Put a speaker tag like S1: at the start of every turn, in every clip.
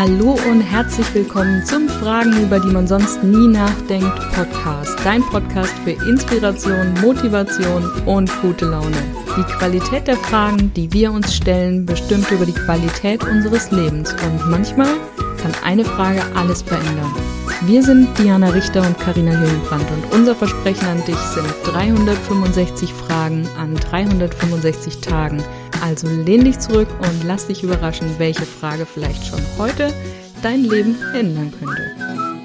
S1: Hallo und herzlich willkommen zum Fragen, über die man sonst nie nachdenkt Podcast. Dein Podcast für Inspiration, Motivation und gute Laune. Die Qualität der Fragen, die wir uns stellen, bestimmt über die Qualität unseres Lebens. Und manchmal kann eine Frage alles verändern. Wir sind Diana Richter und Carina Hillenbrand und unser Versprechen an dich sind 365 Fragen an 365 Tagen. Also lehn dich zurück und lass dich überraschen, welche Frage vielleicht schon heute dein Leben ändern könnte.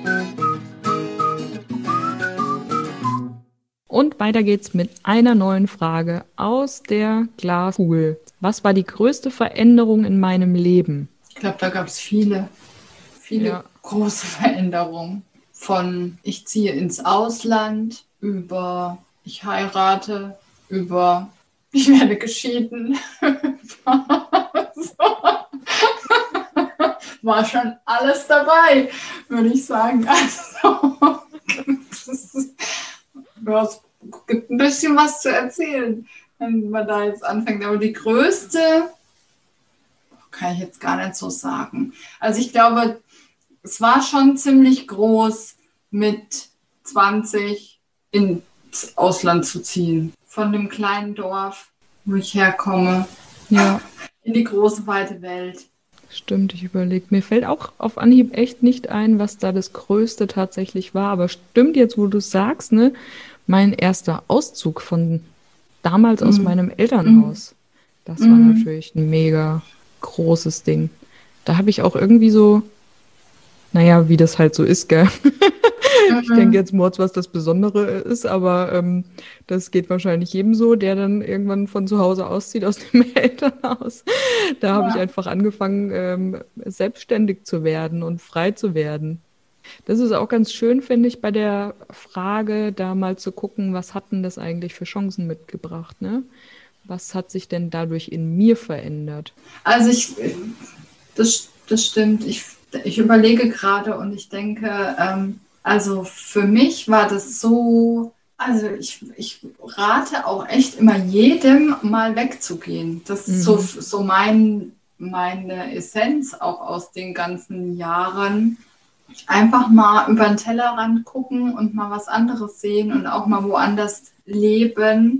S1: Und weiter geht's mit einer neuen Frage aus der Glaskugel. Was war die größte Veränderung in meinem Leben?
S2: Ich glaube, da gab es viele große Veränderungen. Von ich ziehe ins Ausland, über ich heirate, über ich werde geschieden. War schon alles dabei, würde ich sagen. Also, es gibt ein bisschen was zu erzählen, wenn man da jetzt anfängt. Aber die größte kann ich jetzt gar nicht so sagen. Also ich glaube, es war schon ziemlich groß, mit 20 ins Ausland zu ziehen. Von dem kleinen Dorf, wo ich herkomme, in die große, weite Welt.
S1: Stimmt, ich überlege. Mir fällt auch auf Anhieb echt nicht ein, was da das Größte tatsächlich war. Aber stimmt jetzt, wo du sagst, ne? Mein erster Auszug von damals aus meinem Elternhaus. Das war natürlich ein mega großes Ding. Da habe ich auch irgendwie so, naja, wie das halt so ist, gell? Ich denke jetzt Mords, was das Besondere ist, aber das geht wahrscheinlich jedem so, der dann irgendwann von zu Hause auszieht, aus dem Elternhaus. Da habe ich einfach angefangen, selbstständig zu werden und frei zu werden. Das ist auch ganz schön, finde ich, bei der Frage, da mal zu gucken, was hat denn das eigentlich für Chancen mitgebracht, ne? Was hat sich denn dadurch in mir verändert?
S2: Also das stimmt. Ich überlege gerade und ich denke, also für mich war das so, also ich rate auch echt immer jedem mal wegzugehen. Das ist so meine Essenz auch aus den ganzen Jahren. Einfach mal über den Tellerrand gucken und mal was anderes sehen und auch mal woanders leben.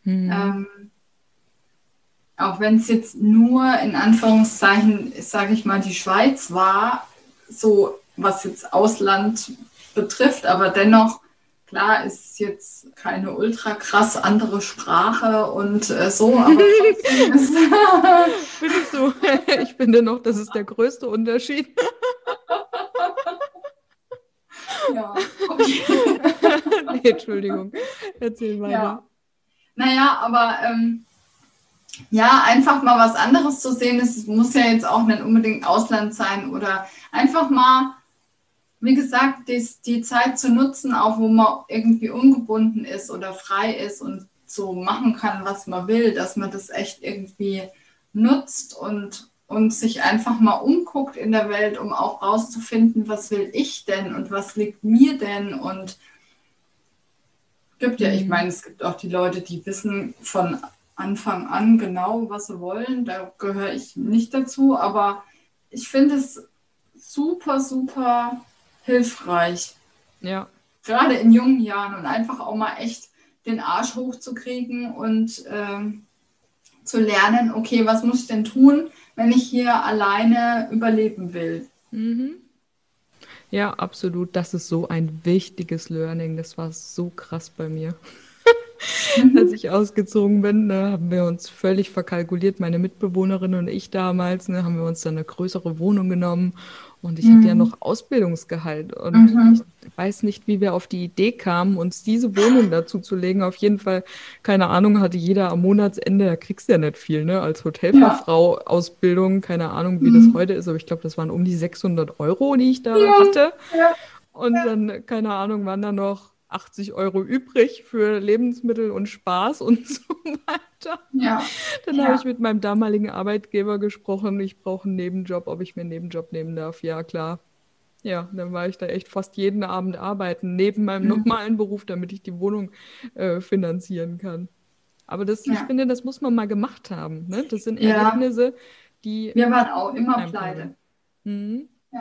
S2: Auch wenn es jetzt nur in Anführungszeichen, sage ich mal, die Schweiz war, so was jetzt Ausland betrifft, aber dennoch, klar, ist es jetzt keine ultra krass andere Sprache und so, aber trotzdem ist
S1: Findest du? Ich finde noch, das ist der größte Unterschied.
S2: Ja, okay.
S1: Nee, Entschuldigung, erzähl weiter.
S2: Ja. Naja, aber einfach mal was anderes zu sehen, es muss ja jetzt auch nicht unbedingt Ausland sein oder einfach mal, wie gesagt, die Zeit zu nutzen, auch wo man irgendwie ungebunden ist oder frei ist und so machen kann, was man will, dass man das echt irgendwie nutzt und sich einfach mal umguckt in der Welt, um auch rauszufinden, was will ich denn und was liegt mir denn und ich meine, es gibt auch die Leute, die wissen von Anfang an genau, was sie wollen. Da gehöre ich nicht dazu, aber ich finde es super, super hilfreich.
S1: Ja.
S2: Gerade in jungen Jahren und einfach auch mal echt den Arsch hochzukriegen und zu lernen, okay, was muss ich denn tun, wenn ich hier alleine überleben will?
S1: Ja, absolut. Das ist so ein wichtiges Learning. Das war so krass bei mir. Als ich ausgezogen bin, ne, haben wir uns völlig verkalkuliert, meine Mitbewohnerin und ich damals, ne, haben wir uns dann eine größere Wohnung genommen und ich hatte ja noch Ausbildungsgehalt und ich weiß nicht, wie wir auf die Idee kamen, uns diese Wohnung dazu zu legen. Auf jeden Fall, keine Ahnung, hatte jeder am Monatsende, da kriegst du ja nicht viel, ne, als Hotelfachfrau Ausbildung, keine Ahnung, wie das heute ist, aber ich glaube, das waren um die 600 Euro, die ich da hatte.
S2: Ja.
S1: Und dann, keine Ahnung, waren da noch 80 Euro übrig für Lebensmittel und Spaß und so weiter.
S2: Ja.
S1: Dann habe ich mit meinem damaligen Arbeitgeber gesprochen, ich brauche einen Nebenjob, ob ich mir einen Nebenjob nehmen darf. Ja, klar. Ja, dann war ich da echt fast jeden Abend arbeiten, neben meinem normalen Beruf, damit ich die Wohnung finanzieren kann. Aber ich finde, das muss man mal gemacht haben. Ne? Das sind Erlebnisse, die...
S2: Wir waren auch immer pleite.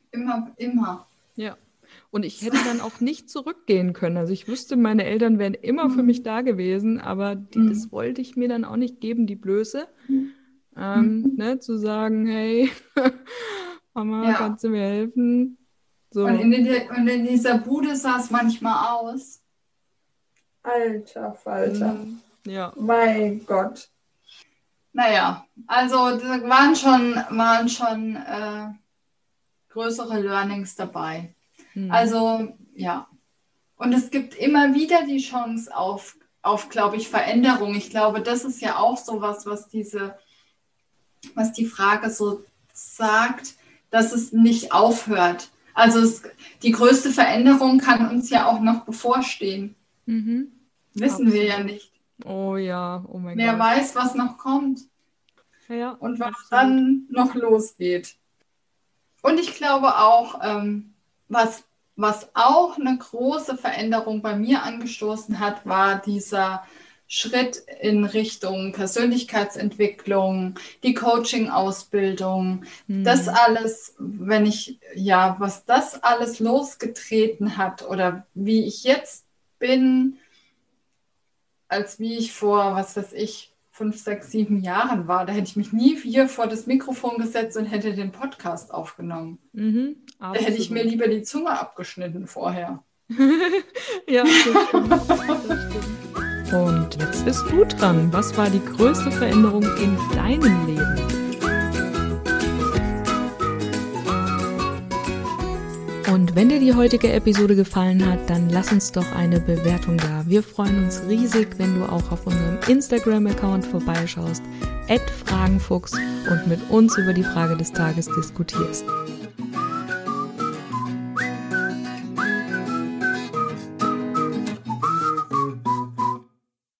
S2: Immer, immer.
S1: Ja. Und ich hätte dann auch nicht zurückgehen können. Also ich wüsste, meine Eltern wären immer für mich da gewesen, aber das wollte ich mir dann auch nicht geben, die Blöße. Ne, zu sagen, hey, Mama,
S2: Ja.
S1: kannst du mir helfen? So.
S2: Und in dieser Bude sah es manchmal aus.
S3: Alter Falter.
S1: Ja.
S3: Mein Gott.
S2: Naja, also da waren schon größere Learnings dabei. Also, ja. Und es gibt immer wieder die Chance auf glaube ich, Veränderung. Ich glaube, das ist ja auch sowas, was die Frage so sagt, dass es nicht aufhört. Also die größte Veränderung kann uns ja auch noch bevorstehen. Wissen wir ja nicht.
S1: Oh ja, oh mein Gott.
S2: Wer weiß, was noch kommt.
S1: Ja,
S2: und was dann noch losgeht. Und ich glaube auch, was auch eine große Veränderung bei mir angestoßen hat, war dieser Schritt in Richtung Persönlichkeitsentwicklung, die Coaching-Ausbildung, das alles, was das alles losgetreten hat oder wie ich jetzt bin, als wie ich vor, 5, 6, 7 Jahren war. Da hätte ich mich nie hier vor das Mikrofon gesetzt und hätte den Podcast aufgenommen. Da hätte ich mir lieber die Zunge abgeschnitten vorher.
S1: Ja, das stimmt. Und jetzt bist du dran. Was war die größte Veränderung in deinem Leben? Und wenn dir die heutige Episode gefallen hat, dann lass uns doch eine Bewertung da. Wir freuen uns riesig, wenn du auch auf unserem Instagram-Account vorbeischaust, @Fragenfuchs, und mit uns über die Frage des Tages diskutierst.